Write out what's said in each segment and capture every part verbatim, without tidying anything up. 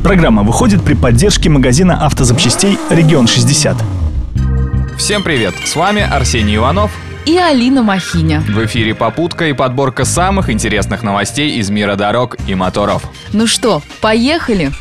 Программа выходит при поддержке магазина автозапчастей «Регион шестьдесят». Всем привет! С вами Арсений Иванов и Алина Махиня. В эфире попутка и подборка самых интересных новостей из мира дорог и моторов. Ну что, поехали?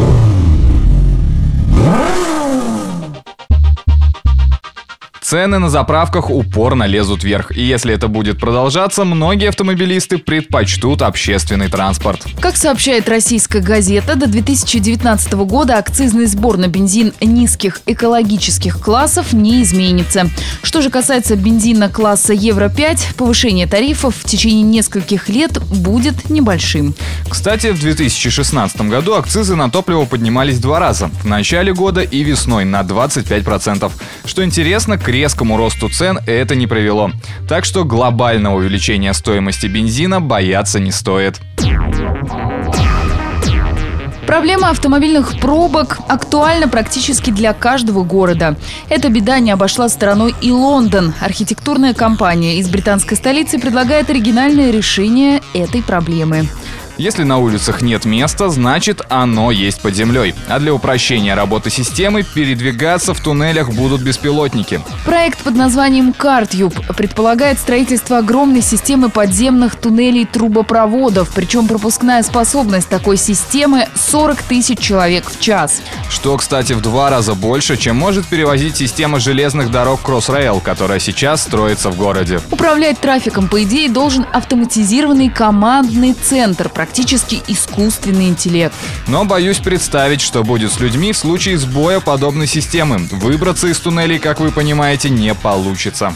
Цены на заправках упорно лезут вверх, и если это будет продолжаться, многие автомобилисты предпочтут общественный транспорт. Как сообщает российская газета, до две тысячи девятнадцатого года акцизный сбор на бензин низких экологических классов не изменится. Что же касается бензина класса Евро пять, повышение тарифов в течение нескольких лет будет небольшим. Кстати, в две тысячи шестнадцатом году акцизы на топливо поднимались два раза – в начале года и весной на двадцать пять процентов. Что интересно, к резкому росту цен это не привело. Так что глобального увеличения стоимости бензина бояться не стоит. Проблема автомобильных пробок актуальна практически для каждого города. Эта беда не обошла стороной и Лондон. Архитектурная компания из британской столицы предлагает оригинальное решение этой проблемы. Если на улицах нет места, значит оно есть под землей. А для упрощения работы системы передвигаться в туннелях будут беспилотники. Проект под названием CarTube предполагает строительство огромной системы подземных туннелей трубопроводов. Причем пропускная способность такой системы сорок тысяч человек в час. Что, кстати, в два раза больше, чем может перевозить система железных дорог Crossrail, которая сейчас строится в городе. Управлять трафиком, по идее, должен автоматизированный командный центр, практически искусственный интеллект. Но боюсь представить, что будет с людьми в случае сбоя подобной системы. Выбраться из туннелей, как вы понимаете, не получится.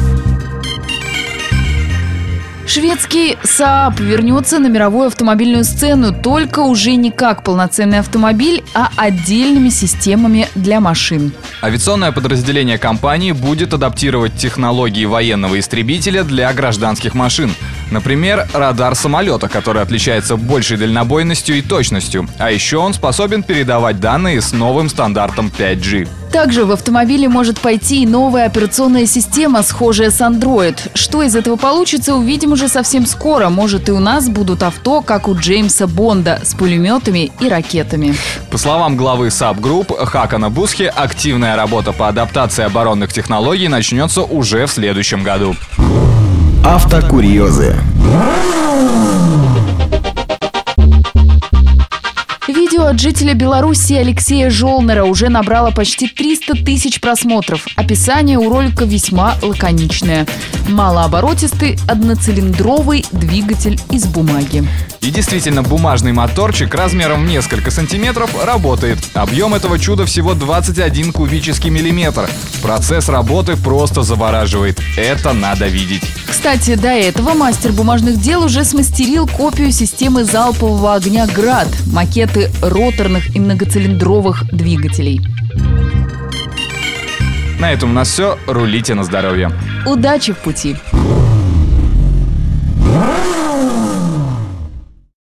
Шведский Saab вернется на мировую автомобильную сцену, только уже не как полноценный автомобиль, а отдельными системами для машин. Авиационное подразделение компании будет адаптировать технологии военного истребителя для гражданских машин. Например, радар самолета, который отличается большей дальнобойностью и точностью. А еще он способен передавать данные с новым стандартом пять джи. Также в автомобиле может пойти и новая операционная система, схожая с Android. Что из этого получится, увидим уже совсем скоро. Может, и у нас будут авто, как у Джеймса Бонда, с пулеметами и ракетами. По словам главы Saab Group Хакана Бусхи, активная работа по адаптации оборонных технологий начнется уже в следующем году. Автокурьезы. Видео от жителя Беларуси Алексея Жолнера уже набрало почти триста тысяч просмотров. Описание у ролика весьма лаконичное. Малооборотистый одноцилиндровый двигатель из бумаги. И действительно, бумажный моторчик размером в несколько сантиметров работает. Объем этого чуда всего двадцать один кубический миллиметр. Процесс работы просто завораживает. Это надо видеть. Кстати, до этого мастер бумажных дел уже смастерил копию системы залпового огня «Град», макеты роторных и многоцилиндровых двигателей. На этом у нас все. Рулите на здоровье. Удачи в пути!